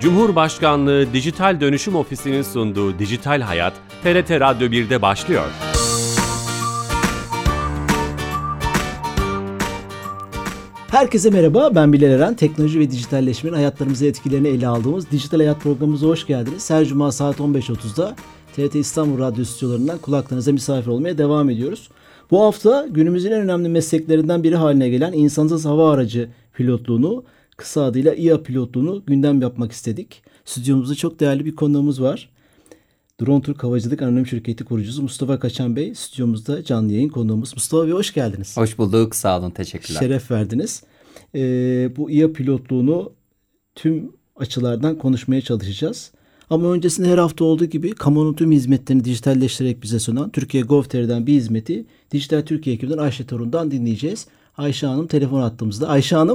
Cumhurbaşkanlığı Dijital Dönüşüm Ofisi'nin sunduğu Dijital Hayat, TRT Radyo 1'de başlıyor. Herkese merhaba, ben Bilal Eren. Teknoloji ve dijitalleşmenin hayatlarımıza etkilerini ele aldığımız Dijital Hayat programımıza hoş geldiniz. Her cuma saat 15.30'da TRT İstanbul Radyo stüdyolarından kulaklarınıza misafir olmaya devam ediyoruz. Bu hafta günümüzün en önemli mesleklerinden biri haline gelen insansız hava aracı pilotluğunu, kısa adıyla İHA pilotluğunu gündem yapmak istedik. Stüdyomuzda çok değerli bir konuğumuz var. Drone Türk Havacılık Anonim Şirketi kurucusu Mustafa Kaçan Bey stüdyomuzda canlı yayın konuğumuz. Mustafa Bey hoş geldiniz. Hoş bulduk, sağ olun, teşekkürler. Şeref verdiniz. Bu İHA pilotluğunu tüm açılardan konuşmaya çalışacağız. Ama öncesinde her hafta olduğu gibi kamunun tüm hizmetlerini dijitalleştirerek bize sunan Türkiye Gov.tr'den bir hizmeti Dijital Türkiye ekibinden Ayşe Torun'dan dinleyeceğiz. Ayşe Hanım telefon attığımızda. Ayşe Hanım.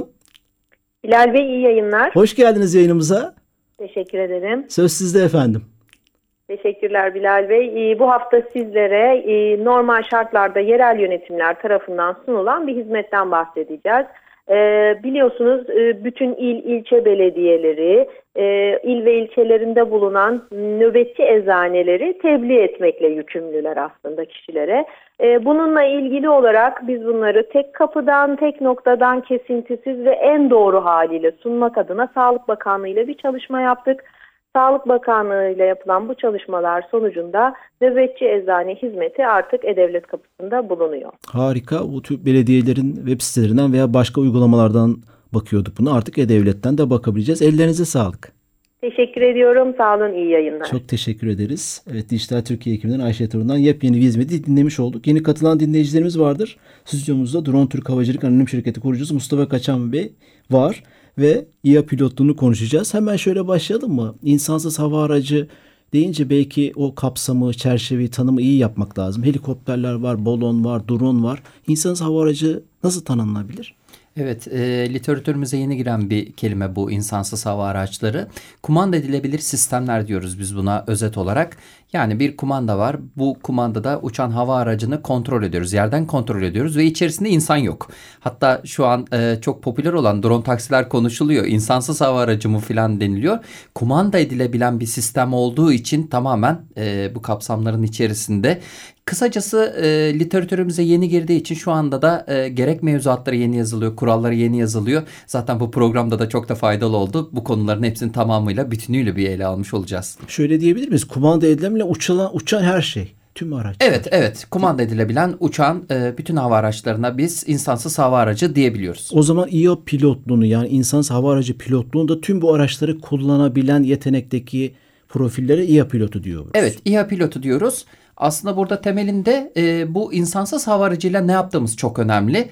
Bilal Bey iyi yayınlar. Hoş geldiniz yayınımıza. Teşekkür ederim. Söz sizde efendim. Teşekkürler Bilal Bey. Bu hafta sizlere normal şartlarda yerel yönetimler tarafından sunulan bir hizmetten bahsedeceğiz. Biliyorsunuz bütün ilçe belediyeleri, il ve ilçelerinde bulunan nöbetçi eczaneleri tebliğ etmekle yükümlüler aslında kişilere. Bununla ilgili olarak biz bunları tek kapıdan, tek noktadan kesintisiz ve en doğru haliyle sunmak adına Sağlık Bakanlığı ile bir çalışma yaptık. Sağlık Bakanlığı ile yapılan bu çalışmalar sonucunda nöbetçi eczane hizmeti artık E-Devlet kapısında bulunuyor. Harika. Bu tür belediyelerin web sitelerinden veya başka uygulamalardan bakıyorduk buna. Artık E-Devlet'ten de bakabileceğiz. Ellerinize sağlık. Teşekkür ediyorum. Sağ olun. İyi yayınlar. Çok teşekkür ederiz. Evet, Dijital Türkiye ekibinden Ayşe Torun'dan yepyeni bir hizmeti dinlemiş olduk. Yeni katılan dinleyicilerimiz vardır. Stüdyomuzda Drone Türk Havacılık Anonim Şirketi kurucusu Mustafa Kaçan Bey var. Ve İHA pilotluğunu konuşacağız. Hemen şöyle başlayalım mı? İnsansız hava aracı deyince belki o kapsamı, çerçeveyi, tanımı iyi yapmak lazım. Helikopterler var, balon var, drone var. İnsansız hava aracı nasıl tanımlanabilir? Evet, literatürümüze yeni giren bir kelime bu insansız hava araçları. Kumanda edilebilir sistemler diyoruz biz buna özet olarak. Yani bir kumanda var. Bu kumandada uçan hava aracını kontrol ediyoruz. Yerden kontrol ediyoruz ve içerisinde insan yok. Hatta şu an çok popüler olan drone taksiler konuşuluyor. İnsansız hava aracı mı falan deniliyor. Kumanda edilebilen bir sistem olduğu için tamamen bu kapsamların içerisinde. Kısacası literatürümüze yeni girdiği için şu anda da gerek mevzuatları yeni yazılıyor, kuralları yeni yazılıyor. Zaten bu programda da çok da faydalı oldu. Bu konuların hepsini tamamıyla, bütünüyle bir ele almış olacağız. Şöyle diyebilir miyiz? Kumanda edilebilen uçan her şey. Tüm araçlar. Evet. Kumanda edilebilen uçan bütün hava araçlarına biz insansız hava aracı diyebiliyoruz. O zaman İHA pilotluğunu, yani insansız hava aracı pilotluğunu da tüm bu araçları kullanabilen yetenekteki profillere İHA pilotu diyoruz. Evet, İHA pilotu diyoruz. Aslında burada temelinde bu insansız hava aracıyla ne yaptığımız çok önemli.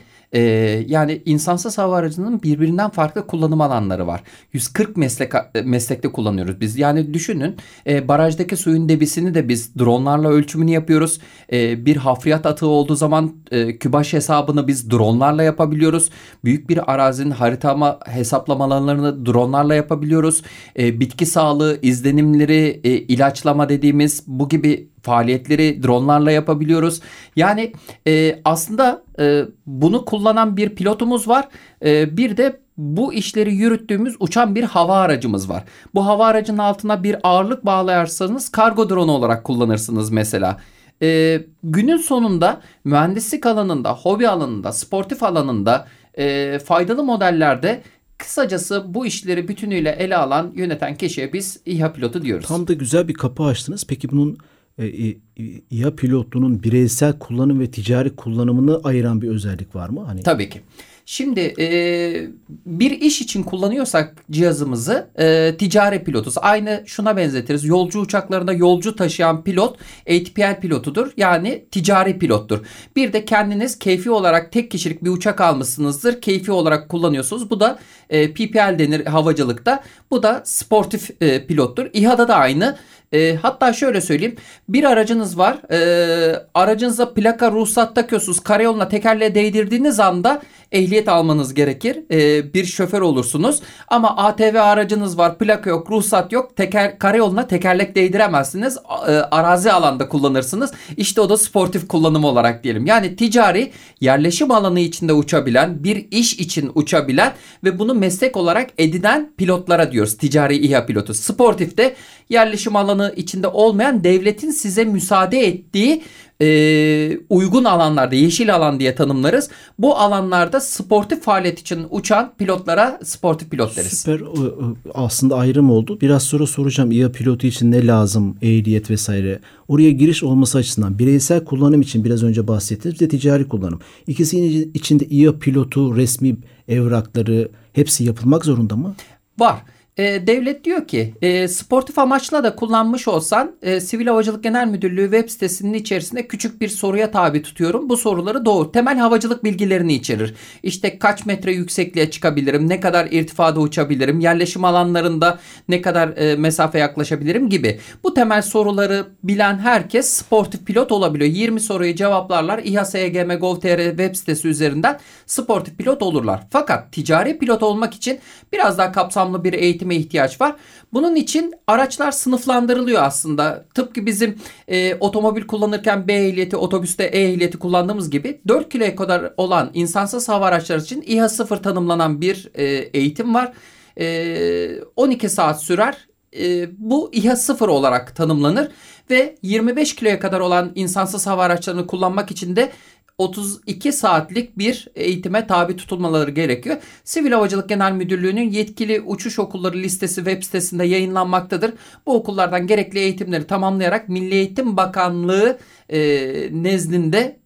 Yani insansız hava aracının birbirinden farklı kullanım alanları var. 140 meslekte kullanıyoruz biz. Yani düşünün, barajdaki suyun debisini de biz dronlarla ölçümünü yapıyoruz. Bir hafriyat atığı olduğu zaman kübaş hesabını biz dronlarla yapabiliyoruz. Büyük bir arazinin haritama hesaplamalarını dronlarla yapabiliyoruz. Bitki sağlığı izlenimleri, ilaçlama dediğimiz bu gibi faaliyetleri dronlarla yapabiliyoruz. Yani aslında bunu kullanan bir pilotumuz var. Bir de bu işleri yürüttüğümüz uçan bir hava aracımız var. Bu hava aracının altına bir ağırlık bağlarsanız kargo drone olarak kullanırsınız mesela. Günün sonunda mühendislik alanında, hobi alanında, sportif alanında faydalı modellerde kısacası bu işleri bütünüyle ele alan, yöneten kişiye biz İHA pilotu diyoruz. Tam da güzel bir kapı açtınız. Peki bunun İHA pilotluğunun bireysel kullanım ve ticari kullanımını ayıran bir özellik var mı? Tabii ki. Şimdi bir iş için kullanıyorsak cihazımızı ticari pilotuz. Aynı şuna benzetiriz. Yolcu uçaklarında yolcu taşıyan pilot ATPL pilotudur. Yani ticari pilottur. Bir de kendiniz keyfi olarak tek kişilik bir uçak almışsınızdır. Keyfi olarak kullanıyorsunuz. Bu da PPL denir havacılıkta. Bu da sportif pilottur. İHA'da da aynı. Hatta şöyle söyleyeyim. Bir aracınız var. Aracınıza plaka, ruhsat takıyorsunuz. Karayoluna tekerleğe değdirdiğiniz anda ehliyet almanız gerekir. Bir şoför olursunuz. Ama ATV aracınız var. Plaka yok, ruhsat yok. Karayoluna tekerlek değdiremezsiniz. Arazi alanda kullanırsınız. İşte o da sportif kullanım olarak diyelim. Yani ticari, yerleşim alanı içinde uçabilen, bir iş için uçabilen ve bunu meslek olarak edinen pilotlara diyoruz. Ticari İHA pilotu. Sportifte yerleşim alanı içinde olmayan, devletin size müsaade ettiği uygun alanlarda, yeşil alan diye tanımlarız. Bu alanlarda sportif faaliyet için uçan pilotlara sportif pilot deriz. Süper. Aslında ayrım oldu. Biraz sonra soracağım İHA pilotu için ne lazım, ehliyet vesaire. Oraya giriş olması açısından bireysel kullanım için biraz önce bahsettiniz, bir de ticari kullanım. İkisinin içinde İHA pilotu resmi evrakları hepsi yapılmak zorunda mı? Var. Devlet diyor ki sportif amaçla da kullanmış olsan Sivil Havacılık Genel Müdürlüğü web sitesinin içerisinde küçük bir soruya tabi tutuyorum. Bu soruları doğru. Temel havacılık bilgilerini içerir. İşte kaç metre yüksekliğe çıkabilirim, ne kadar irtifada uçabilirim, yerleşim alanlarında ne kadar mesafe yaklaşabilirim gibi. Bu temel soruları bilen herkes sportif pilot olabiliyor. 20 soruyu cevaplarlar. İHA-SGM.gov.tr web sitesi üzerinden sportif pilot olurlar. Fakat ticari pilot olmak için biraz daha kapsamlı bir eğitime ihtiyaç var. Bunun için araçlar sınıflandırılıyor aslında. Tıpkı bizim otomobil kullanırken B ehliyeti, otobüste E ehliyeti kullandığımız gibi 4 kiloya kadar olan insansız hava araçları için İHA 0 tanımlanan bir eğitim var. 12 saat sürer. Bu İHA 0 olarak tanımlanır ve 25 kiloya kadar olan insansız hava araçlarını kullanmak için de 32 saatlik bir eğitime tabi tutulmaları gerekiyor. Sivil Havacılık Genel Müdürlüğü'nün yetkili uçuş okulları listesi web sitesinde yayınlanmaktadır. Bu okullardan gerekli eğitimleri tamamlayarak Milli Eğitim Bakanlığı nezdinde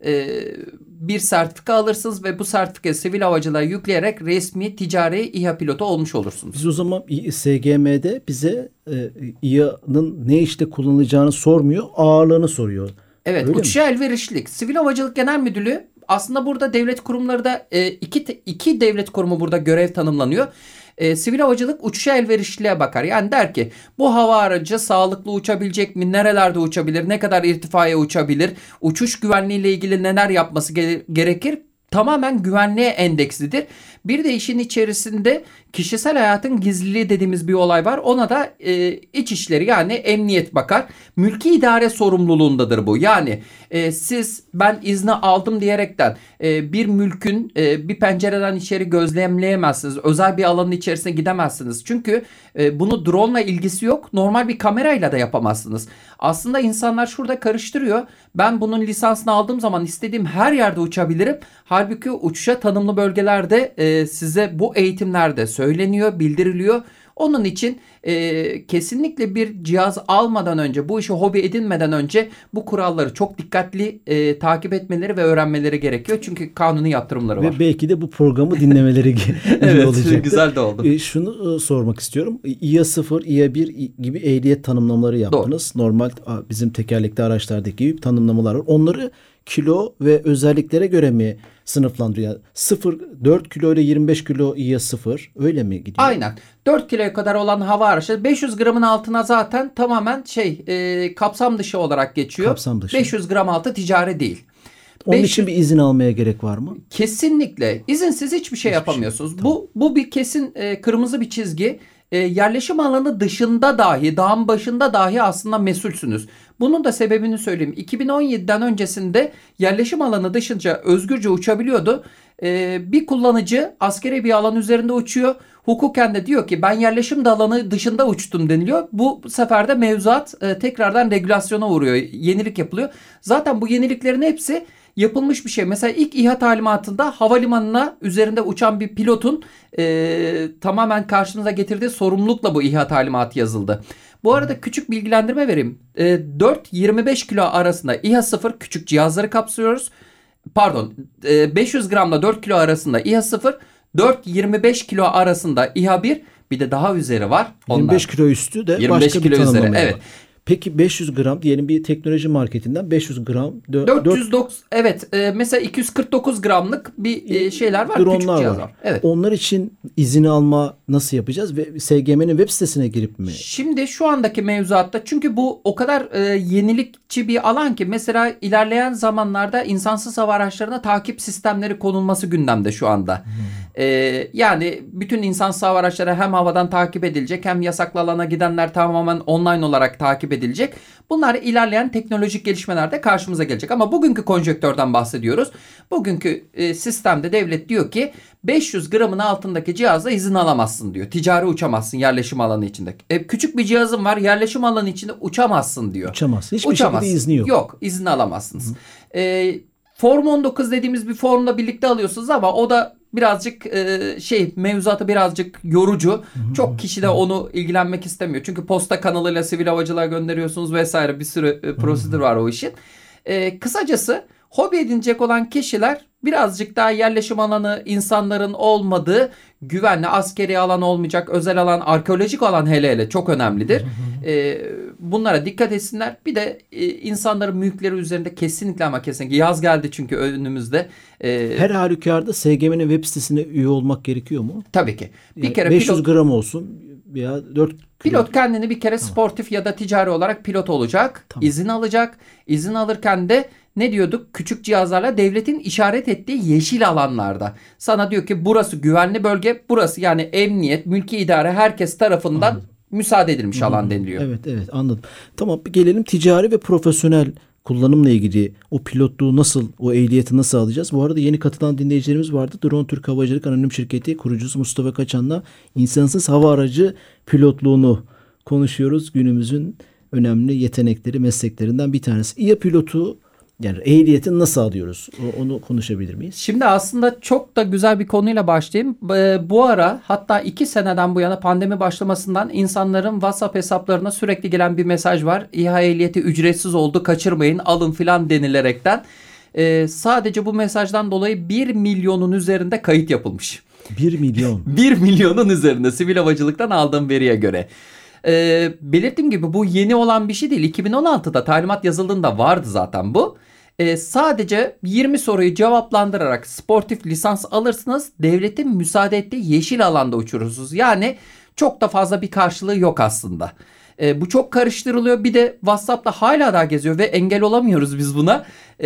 bir sertifika alırsınız ve bu sertifikayı sivil havacılığa yükleyerek resmi ticari İHA pilotu olmuş olursunuz. Biz o zaman SGM'de bize İHA'nın ne işte kullanılacağını sormuyor, ağırlığını soruyor. Evet, uçuşa elverişlilik. Sivil Havacılık Genel Müdürlüğü aslında burada devlet kurumları da iki devlet kurumu burada görev tanımlanıyor. Sivil havacılık uçuşa elverişliliğe bakar. Yani der ki bu hava aracı sağlıklı uçabilecek mi? Nerelerde uçabilir? Ne kadar irtifaya uçabilir? Uçuş güvenliği ile ilgili neler yapması gerekir? Tamamen güvenliğe endekslidir. Bir de işin içerisinde kişisel hayatın gizliliği dediğimiz bir olay var. Ona da İçişleri yani emniyet bakar. Mülki idare sorumluluğundadır bu. Yani siz ben izni aldım diyerekten bir mülkün bir pencereden içeri gözlemleyemezsiniz. Özel bir alanın içerisine gidemezsiniz. Çünkü bunu drone ile ilgisi yok. Normal bir kamerayla da yapamazsınız. Aslında insanlar şurada karıştırıyor. Ben bunun lisansını aldığım zaman istediğim her yerde uçabilirim. Halbuki uçuşa tanımlı bölgelerde size bu eğitimlerde söyleniyor, bildiriliyor. Onun için kesinlikle bir cihaz almadan önce, bu işi hobi edinmeden önce bu kuralları çok dikkatli takip etmeleri ve öğrenmeleri gerekiyor. Çünkü kanuni yaptırımları var. Ve belki de bu programı dinlemeleri evet, olacaktır. Güzel de oldu. Şunu sormak istiyorum. İHA 0, İHA 1 gibi ehliyet tanımlamaları yaptınız. Doğru. Normal bizim tekerlekli araçlardaki gibi tanımlamalar var. Onları kilo ve özelliklere göre mi sınıflandırıyor? 4 kilo ile 25 kilo İHA 0 öyle mi gidiyor? Aynen. 4 kiloya kadar olan hava araçları 500 gramın altına zaten tamamen kapsam dışı olarak geçiyor. Kapsam dışı. 500 gram altı ticari değil. Onun için bir izin almaya gerek var mı? Kesinlikle. İzinsiz hiçbir şey yapamıyorsunuz. Tamam. Bu bir kesin kırmızı bir çizgi. Yerleşim alanı dışında dahi, dağın başında dahi aslında mesulsünüz. Bunun da sebebini söyleyeyim. 2017'den öncesinde yerleşim alanı dışınca özgürce uçabiliyordu. Bir kullanıcı askeri bir alan üzerinde uçuyor. Hukuken de diyor ki ben yerleşim alanı dışında uçtum deniliyor. Bu sefer de mevzuat tekrardan regülasyona uğruyor. Yenilik yapılıyor. Zaten bu yeniliklerin hepsi yapılmış bir şey. Mesela ilk İHA talimatında havalimanına üzerinde uçan bir pilotun tamamen karşınıza getirdiği sorumlulukla bu İHA talimatı yazıldı. Bu arada küçük bilgilendirme vereyim. 4-25 kilo arasında İHA 0 küçük cihazları kapsıyoruz. 500 gramla 4 kilo arasında İHA 0, 4-25 kilo arasında İHA 1, bir de daha üzeri var. 25 kilo üstü de 25 başka kilo bir tanımlama üzeri. var. Evet. Peki 500 gram diyelim bir teknoloji marketinden 500 gram 409 evet mesela 249 gramlık bir şeyler var. Küçük dronlar cihazlar. var. Evet. Onlar için izini alma nasıl yapacağız ve SGM'nin web sitesine girip mi? Şimdi şu andaki mevzuatta çünkü bu o kadar yenilikçi bir alan ki mesela ilerleyen zamanlarda insansız hava araçlarına takip sistemleri konulması gündemde şu anda. Yani bütün insansız hava araçları hem havadan takip edilecek hem yasaklı alana gidenler tamamen online olarak takip edilecek. Bunlar ilerleyen teknolojik gelişmelerde karşımıza gelecek. Ama bugünkü konjonktörden bahsediyoruz. Bugünkü sistemde devlet diyor ki 500 gramın altındaki cihazla izin alamazsın diyor. Ticari uçamazsın yerleşim alanı içinde. Küçük bir cihazın var yerleşim alanı içinde uçamazsın diyor. Uçamazsın. Hiçbir şekilde izni yok. Yok izni alamazsınız. Form 19 dediğimiz bir formla birlikte alıyorsunuz ama o da birazcık mevzuatı birazcık yorucu. Çok kişi de onu ilgilenmek istemiyor. Çünkü posta kanalıyla sivil havacılığa gönderiyorsunuz vesaire bir sürü prosedür var o işin. Kısacası hobi edinecek olan kişiler birazcık daha yerleşim alanı insanların olmadığı güvenli askeri alan olmayacak özel alan arkeolojik alan hele çok önemlidir. Bunlara dikkat etsinler. Bir de insanların mülkleri üzerinde kesinlikle ama kesinlikle yaz geldi çünkü önümüzde. Her halükarda SGM'nin web sitesine üye olmak gerekiyor mu? Tabii ki. Bir kere 500 gram olsun veya 4 pilot kendini bir kere sportif ya da ticari olarak pilot olacak. Tamam. İzin alacak. İzin alırken de ne diyorduk? Küçük cihazlarla devletin işaret ettiği yeşil alanlarda. Sana diyor ki burası güvenli bölge. Burası yani emniyet, mülki idare herkes tarafından müsaade edilmiş alan deniliyor. Evet anladım. Tamam gelelim ticari ve profesyonel kullanımla ilgili o pilotluğu nasıl, o ehliyeti nasıl alacağız? Bu arada yeni katılan dinleyicilerimiz vardı. Drone Türk Havacılık Anonim Şirketi kurucusu Mustafa Kaçan'la insansız hava aracı pilotluğunu konuşuyoruz. Günümüzün önemli yetenekleri, mesleklerinden bir tanesi. İHA pilotu yani ehliyeti nasıl alıyoruz? Onu konuşabilir miyiz? Şimdi aslında çok da güzel bir konuyla başlayayım. Bu ara hatta 2 seneden bu yana pandemi başlamasından insanların WhatsApp hesaplarına sürekli gelen bir mesaj var. İHA ehliyeti ücretsiz oldu kaçırmayın alın filan denilerekten. Sadece bu mesajdan dolayı 1 milyonun üzerinde kayıt yapılmış. 1 milyon. 1 milyonun üzerinde sivil havacılıktan aldığım veriye göre. Belirttiğim gibi bu yeni olan bir şey değil. 2016'da talimat yazıldığında vardı zaten bu. Sadece 20 soruyu cevaplandırarak sportif lisans alırsınız. Devletin müsaade ettiği yeşil alanda uçurursunuz. Yani çok da fazla bir karşılığı yok aslında. Bu çok karıştırılıyor. Bir de WhatsApp'ta hala daha geziyor ve engel olamıyoruz biz buna.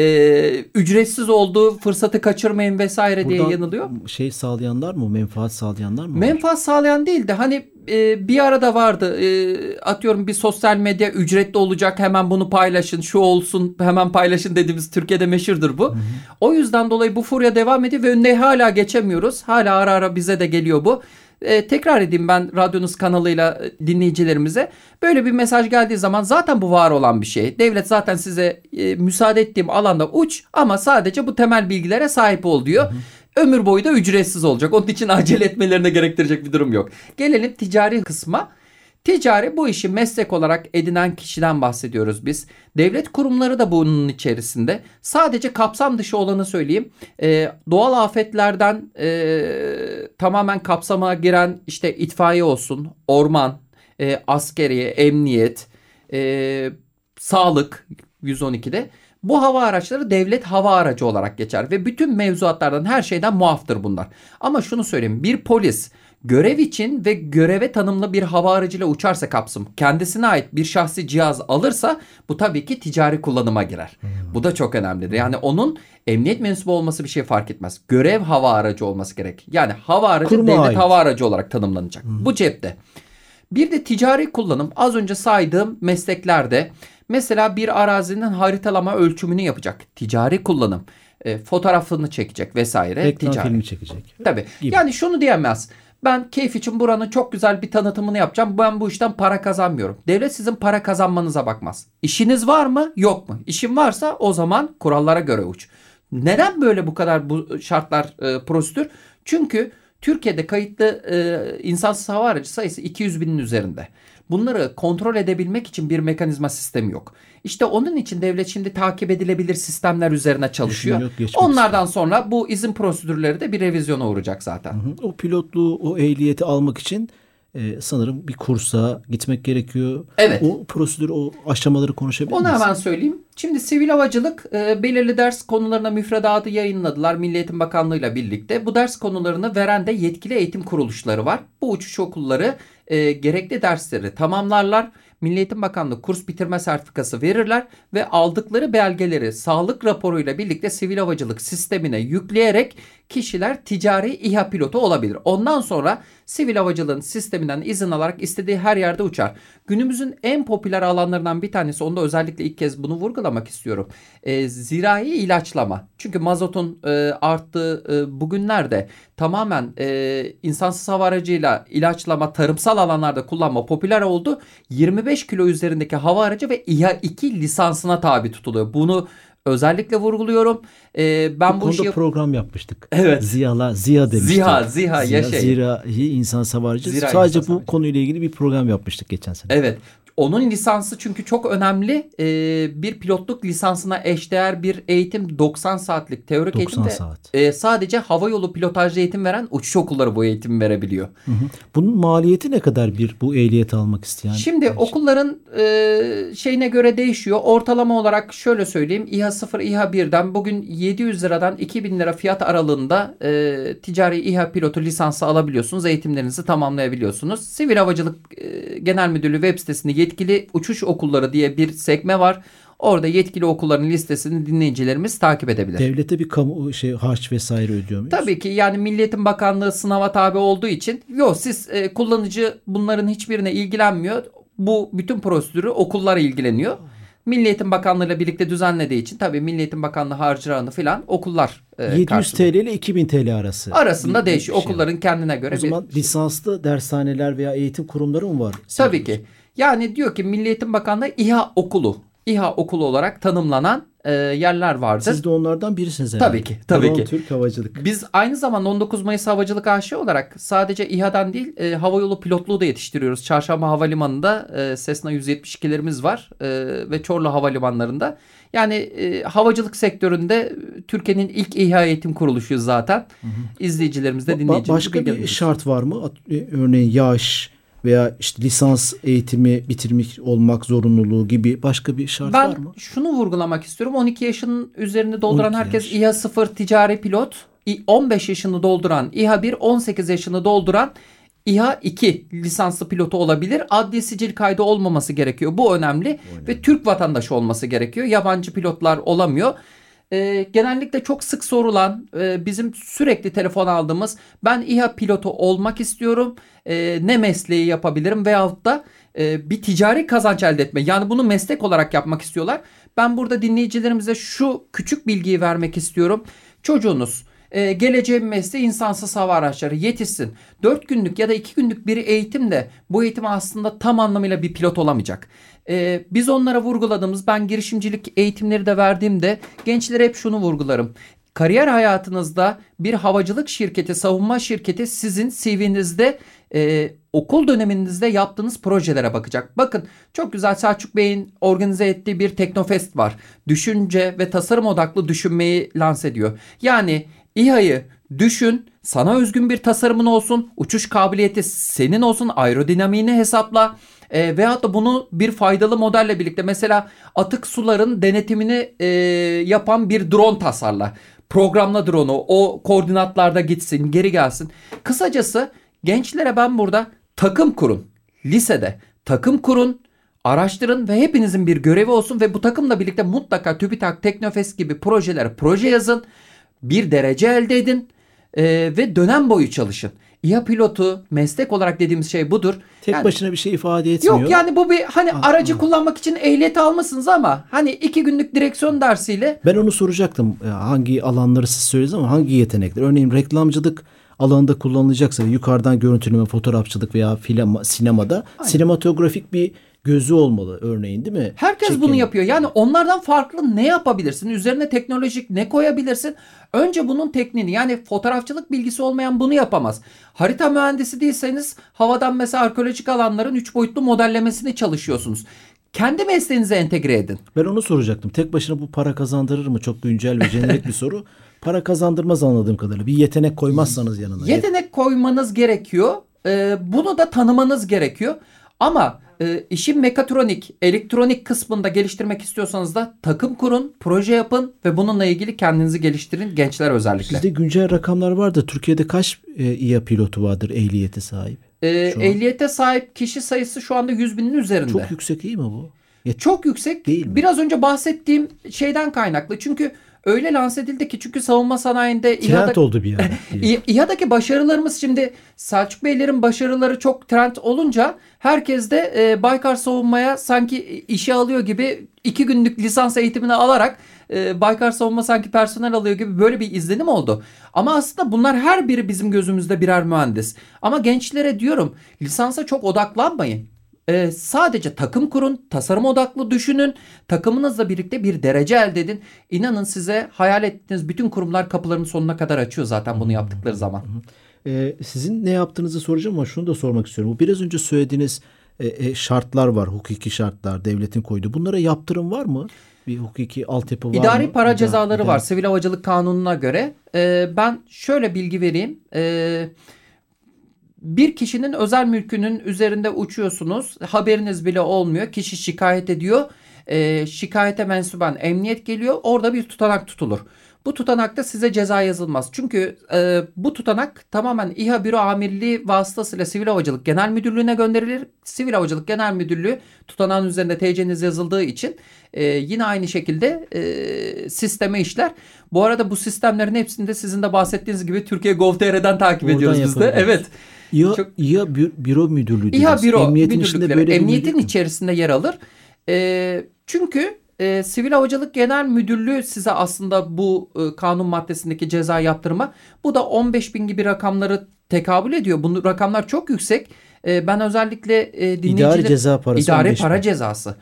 Ücretsiz olduğu fırsatı kaçırmayın vesaire buradan diye yanılıyor. Şey sağlayanlar mı? Menfaat sağlayanlar mı? Menfaat sağlayan değil de hani bir arada vardı. Atıyorum bir sosyal medya ücretli olacak hemen bunu paylaşın şu olsun hemen paylaşın dediğimiz Türkiye'de meşhurdur bu. O yüzden dolayı bu furya devam ediyor ve önüne hala geçemiyoruz. Hala ara ara bize de geliyor bu. Tekrar edeyim ben radyonuz kanalıyla dinleyicilerimize. Böyle bir mesaj geldiği zaman zaten bu var olan bir şey. Devlet zaten size müsaade ettiğim alanda uç ama sadece bu temel bilgilere sahip ol diyor. Ömür boyu da ücretsiz olacak. Onun için acele etmelerine gerektirecek bir durum yok. Gelelim ticari kısma. Ticari bu işi meslek olarak edinen kişiden bahsediyoruz biz. Devlet kurumları da bunun içerisinde. Sadece kapsam dışı olanı söyleyeyim. Doğal afetlerden tamamen kapsama giren işte itfaiye olsun, orman, askeriye, emniyet, sağlık 112'de. Bu hava araçları devlet hava aracı olarak geçer ve bütün mevzuatlardan her şeyden muaftır bunlar. Ama şunu söyleyeyim bir polis görev için ve göreve tanımlı bir hava aracıyla uçarsa kapsam kendisine ait bir şahsi cihaz alırsa bu tabii ki ticari kullanıma girer. Bu da çok önemlidir. Yani onun emniyet mensubu olması bir şey fark etmez. Görev hava aracı olması gerek. Yani hava aracı kuruma devlet ait hava aracı olarak tanımlanacak. Bu cepte. Bir de ticari kullanım az önce saydığım mesleklerde mesela bir arazinin haritalama ölçümünü yapacak. Ticari kullanım. Fotoğrafını çekecek vesaire. Reklam ticari. filmi çekecek. Tabii. Gibi. Yani şunu diyemez. Ben keyif için buranın çok güzel bir tanıtımını yapacağım. Ben bu işten para kazanmıyorum. Devlet sizin para kazanmanıza bakmaz. İşiniz var mı? Yok mu? İşin varsa o zaman kurallara göre uç. Neden böyle bu kadar bu şartlar prosedür? Çünkü Türkiye'de kayıtlı insansız hava aracı sayısı 200 binin üzerinde. Bunları kontrol edebilmek için bir mekanizma sistemi yok. İşte onun için devlet şimdi takip edilebilir sistemler üzerine çalışıyor. Onlardan sonra bu izin prosedürleri de bir revizyona uğrayacak zaten. O pilotluğu, o ehliyeti almak için sanırım bir kursa gitmek gerekiyor. Evet. O prosedür, o aşamaları konuşabilir miyiz? Onu hemen söyleyeyim. Şimdi sivil havacılık belirli ders konularına müfredatı yayınladılar Milli Eğitim Bakanlığı ile birlikte. Bu ders konularını veren de yetkili eğitim kuruluşları var. Bu uçuş okulları gerekli dersleri tamamlarlar. Milli Eğitim Bakanlığı kurs bitirme sertifikası verirler ve aldıkları belgeleri sağlık raporuyla birlikte sivil havacılık sistemine yükleyerek kişiler ticari İHA pilotu olabilir. Ondan sonra sivil havacılığın sisteminden izin alarak istediği her yerde uçar. Günümüzün en popüler alanlarından bir tanesi, onda özellikle ilk kez bunu vurgulamak istiyorum. Zirai ilaçlama. Çünkü mazotun arttığı bugünlerde tamamen insansız hava aracıyla ilaçlama, tarımsal alanlarda kullanma popüler oldu. 25 kilo üzerindeki hava aracı ve İHA 2 lisansına tabi tutuluyor. Bunu özellikle vurguluyorum. Ben bu konuda program yapmıştık. Evet. Ziya demiştik. Ziha yaşayın. Zirai insan hava aracı. Zirai Sadece insan bu konuyla ilgili bir program yapmıştık geçen sene. Evet. Onun lisansı çünkü çok önemli. Bir pilotluk lisansına eşdeğer bir eğitim, 90 saatlik teorik 90 eğitimde saat. Sadece havayolu pilotajlı eğitim veren uçuş okulları bu eğitimi verebiliyor. Hı hı. Bunun maliyeti ne kadar bu ehliyeti almak isteyen? Şimdi okulların şeyine göre değişiyor. Ortalama olarak şöyle söyleyeyim. İHA 0, İHA 1'den bugün 700 liradan 2000 lira fiyat aralığında ticari İHA pilotu lisansı alabiliyorsunuz. Eğitimlerinizi tamamlayabiliyorsunuz. Sivil Havacılık Genel Müdürlüğü web sitesinde yetkili uçuş okulları diye bir sekme var. Orada yetkili okulların listesini dinleyicilerimiz takip edebilir. Devlete bir kamu harç vesaire ödüyor muyuz? Tabii ki, yani Milli Eğitim Bakanlığı sınava tabi olduğu için siz kullanıcı bunların hiçbirine ilgilenmiyor. Bu bütün prosedürü okullar ilgileniyor. Milli Eğitim Bakanlığı ile birlikte düzenlediği için tabii Milli Eğitim Bakanlığı harcırağını filan okullar 700 karşılıyor. TL ile 2000 TL arasında değişiyor. Bir şey. Okulların kendine göre. O zaman lisanslı dershaneler veya eğitim kurumları mı var? Tabii ki. Yani diyor ki Milli Eğitim Bakanlığı İHA okulu olarak tanımlanan yerler vardır. Siz de onlardan birisiniz herhalde. Tabii ki. Tabii ki. Türk Havacılık. Biz aynı zamanda 19 Mayıs Havacılık AŞ olarak sadece İHA'dan değil havayolu pilotluğu da yetiştiriyoruz. Çarşamba Havalimanı'nda Cessna 172'lerimiz var ve Çorlu Havalimanları'nda. Yani havacılık sektöründe Türkiye'nin ilk İHA eğitim kuruluşuyuz zaten. İzleyicilerimiz de dinleyicilerimiz başka bir şart var mı? Örneğin yaş veya işte lisans eğitimi bitirmiş olmak zorunluluğu gibi başka bir şart var mı? Ben şunu vurgulamak istiyorum. 12 yaşının üzerini dolduran herkes İHA 0 ticari pilot, 15 yaşını dolduran İHA 1, 18 yaşını dolduran İHA 2 lisanslı pilotu olabilir. Adli sicil kaydı olmaması gerekiyor. Bu önemli. Ve Türk vatandaşı olması gerekiyor. Yabancı pilotlar olamıyor. Genellikle çok sık sorulan, bizim sürekli telefon aldığımız, ben İHA pilotu olmak istiyorum, ne mesleği yapabilirim veyahut da bir ticari kazanç elde etme. Yani bunu meslek olarak yapmak istiyorlar. Ben burada dinleyicilerimize şu küçük bilgiyi vermek istiyorum. Çocuğunuz geleceğin mesleği insansız hava araçları, yetişsin. 4 günlük ya da 2 günlük bir eğitimle bu eğitim aslında tam anlamıyla bir pilot olamayacak. Biz onlara vurguladığımız, ben girişimcilik eğitimleri de verdiğimde gençlere hep şunu vurgularım. Kariyer hayatınızda bir havacılık şirketi, savunma şirketi sizin CV'nizde okul döneminizde yaptığınız projelere bakacak. Bakın, çok güzel Selçuk Bey'in organize ettiği bir Teknofest var. Düşünce ve tasarım odaklı düşünmeyi lanse ediyor. Yani İHA'yı düşün, sana özgün bir tasarımın olsun, uçuş kabiliyeti senin olsun, aerodinamiğini hesapla. Veyahut da bunu bir faydalı modelle birlikte, mesela atık suların denetimini yapan bir drone tasarla. Programla drone'u, o koordinatlarda gitsin, geri gelsin. Kısacası gençlere ben burada takım kurun. Lisede takım kurun, araştırın ve hepinizin bir görevi olsun ve bu takımla birlikte mutlaka TÜBİTAK, Teknofest gibi proje yazın. Bir derece elde edin ve dönem boyu çalışın. İHA pilotu meslek olarak dediğimiz şey budur. Tek başına bir şey ifade etmiyor. Yok, yani bu bir aracı kullanmak için ehliyet almışsınız ama 2 günlük direksiyon dersiyle. Ben onu soracaktım. Hangi alanları siz söylediniz ama hangi yetenekler? Örneğin reklamcılık alanında kullanılacaksa, yukarıdan görüntüleme, fotoğrafçılık veya sinemada sinematografik bir gözü olmalı örneğin, değil mi? Herkes bunu yapıyor. Yani onlardan farklı ne yapabilirsin? Üzerine teknolojik ne koyabilirsin? Önce bunun tekniğini, yani fotoğrafçılık bilgisi olmayan bunu yapamaz. Harita mühendisi değilseniz havadan mesela arkeolojik alanların 3 boyutlu modellemesini çalışıyorsunuz. Kendi mesleğinize entegre edin. Ben onu soracaktım. Tek başına bu para kazandırır mı? Çok güncel ve jenerik bir soru. Para kazandırmaz anladığım kadarıyla. Bir yetenek koymazsanız yanına. Yetenek koymanız gerekiyor. bunu da tanımanız gerekiyor. Ama işin mekatronik, elektronik kısmında geliştirmek istiyorsanız da takım kurun, proje yapın ve bununla ilgili kendinizi geliştirin, gençler özellikle. Sizde güncel rakamlar var da Türkiye'de kaç İHA pilotu vardır ehliyete sahip? Ehliyete sahip kişi sayısı şu anda 100.000'in üzerinde. Çok yüksek değil mi bu? Çok yüksek. Değil mi? Biraz önce bahsettiğim şeyden kaynaklı. Çünkü öyle lanse edildi ki savunma sanayinde trend oldu bir ara. İHA'daki başarılarımız, şimdi Selçuk Beylerin başarıları çok trend olunca herkes de Baykar Savunma'ya sanki işe alıyor gibi 2 günlük lisans eğitimini alarak Baykar Savunma sanki personel alıyor gibi böyle bir izlenim oldu. Ama aslında bunlar her biri bizim gözümüzde birer mühendis. Ama gençlere diyorum, lisansa çok odaklanmayın. Sadece takım kurun, tasarım odaklı düşünün, takımınızla birlikte bir derece elde edin. İnanın size hayal ettiğiniz bütün kurumlar kapılarını sonuna kadar açıyor zaten bunu yaptıkları zaman. Sizin ne yaptığınızı soracağım ama şunu da sormak istiyorum. Bu biraz önce söylediğiniz şartlar var, hukuki şartlar, devletin koyduğu. Bunlara yaptırım var mı? Bir hukuki altyapı var mı? İdari para cezaları var Sivil Havacılık Kanunu'na göre. Ben şöyle bilgi vereyim. Bir kişinin özel mülkünün üzerinde uçuyorsunuz. Haberiniz bile olmuyor. Kişi şikayet ediyor. Şikayete mensuben emniyet geliyor. Orada bir tutanak tutulur. Bu tutanakta size ceza yazılmaz. Çünkü bu tutanak tamamen İHA Büro Amirliği vasıtasıyla Sivil Havacılık Genel Müdürlüğü'ne gönderilir. Sivil Havacılık Genel Müdürlüğü tutanağın üzerinde TC'niz yazıldığı için yine aynı şekilde sisteme işler. Bu arada bu sistemlerin hepsini de sizin de bahsettiğiniz gibi Türkiye Gov.tr'den takip ediyoruz biz de. Evet. İHA Büro Müdürlüğü İHA Büro Emniyetin içinde böyle emniyetin içerisinde yer alır. Çünkü Sivil Havacılık Genel Müdürlüğü size aslında bu kanun maddesindeki ceza yaptırma. Bu da 15.000 gibi rakamları tekabül ediyor. Bu rakamlar çok yüksek. Ben özellikle İdari ceza parası. İdari para cezası.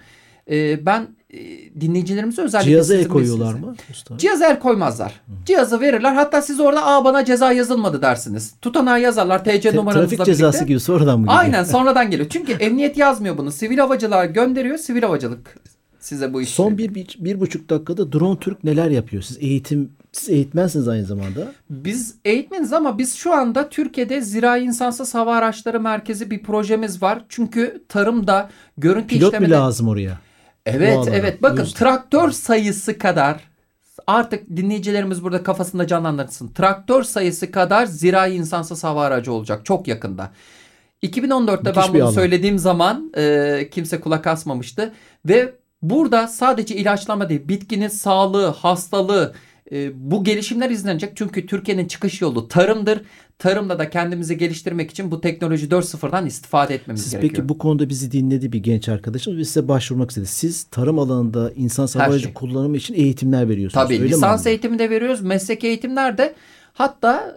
Ben dinleyicilerimize özellikle cihaza el koyuyorlar mı? Cihaza el koymazlar. Cihazı verirler. Hatta siz orada bana ceza yazılmadı dersiniz. Tutanağı yazarlar TC numaranızla birlikte. Trafik cezası gibi sonradan mı geliyor? Aynen, sonradan geliyor. Çünkü emniyet yazmıyor bunu. Sivil havacılığa gönderiyor. Sivil havacılık size bu işi. Son bir buçuk dakikada Drone Türk neler yapıyor? Siz eğitmensiniz aynı zamanda. Biz eğitmeniz ama biz şu anda Türkiye'de Zirai İnsansız Hava Araçları Merkezi bir projemiz var. Çünkü tarımda görüntü pilot işlemede... mi lazım oraya? Evet. Bakın traktör sayısı kadar, artık dinleyicilerimiz burada kafasında canlandırsın. Traktör sayısı kadar zirai insansız hava aracı olacak çok yakında. 2014'te Müthiş ben bunu söylediğim zaman kimse kulak asmamıştı. Ve burada sadece ilaçlama değil, bitkinin sağlığı, hastalığı, bu gelişimler izlenecek. Çünkü Türkiye'nin çıkış yolu tarımdır. Tarımda da kendimizi geliştirmek için bu teknoloji 4.0'dan istifade etmemiz gerekiyor. Peki bu konuda bizi dinledi bir genç arkadaşımız ve size başvurmak istedi. Siz tarım alanında insan hava aracı kullanımı için eğitimler veriyorsunuz. Tabii, lisans eğitimi de veriyoruz. Mesleki eğitimler de. Hatta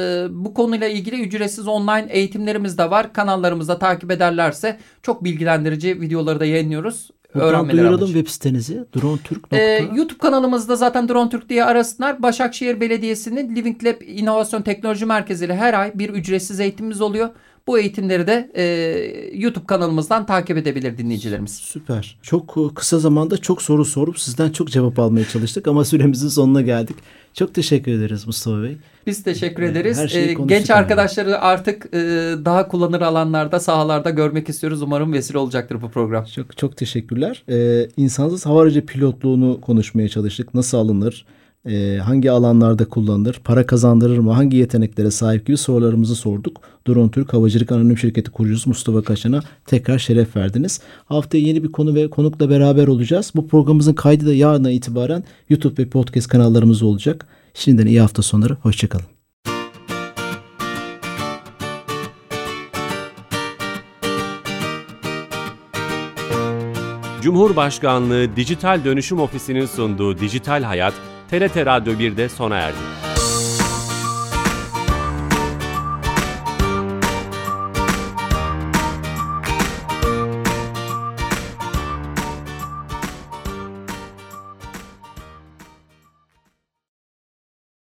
bu konuyla ilgili ücretsiz online eğitimlerimiz de var. Kanallarımızda takip ederlerse çok bilgilendirici videoları da yayınlıyoruz. Buradan duyuralım web sitenizi. DroneTürk. YouTube kanalımızda zaten DroneTürk diye arasınlar. Başakşehir Belediyesi'nin Living Lab İnovasyon Teknoloji Merkezi ile her ay bir ücretsiz eğitimimiz oluyor. Bu eğitimleri de YouTube kanalımızdan takip edebilir dinleyicilerimiz. Süper. Çok kısa zamanda çok soru sorup sizden çok cevap almaya çalıştık ama süremizin sonuna geldik. Çok teşekkür ederiz Mustafa Bey. Biz teşekkür ederiz. Genç arkadaşları artık daha kullanır alanlarda, sahalarda görmek istiyoruz. Umarım vesile olacaktır bu program. Çok teşekkürler. İnsansız hava aracı pilotluğunu konuşmaya çalıştık. Nasıl alınır? Hangi alanlarda kullanılır? Para kazandırır mı? Hangi yeteneklere sahip gibi sorularımızı sorduk. Drone Türk Havacılık Anonim Şirketi kurucusu Mustafa Kaşan'a tekrar şeref verdiniz. Haftaya yeni bir konu ve konukla beraber olacağız. Bu programımızın kaydı da yarına itibaren YouTube ve podcast kanallarımızda olacak. Şimdiden iyi hafta sonları. Hoşçakalın. Cumhurbaşkanlığı Dijital Dönüşüm Ofisi'nin sunduğu Dijital Hayat, TRT Radyo 1'de sona erdi.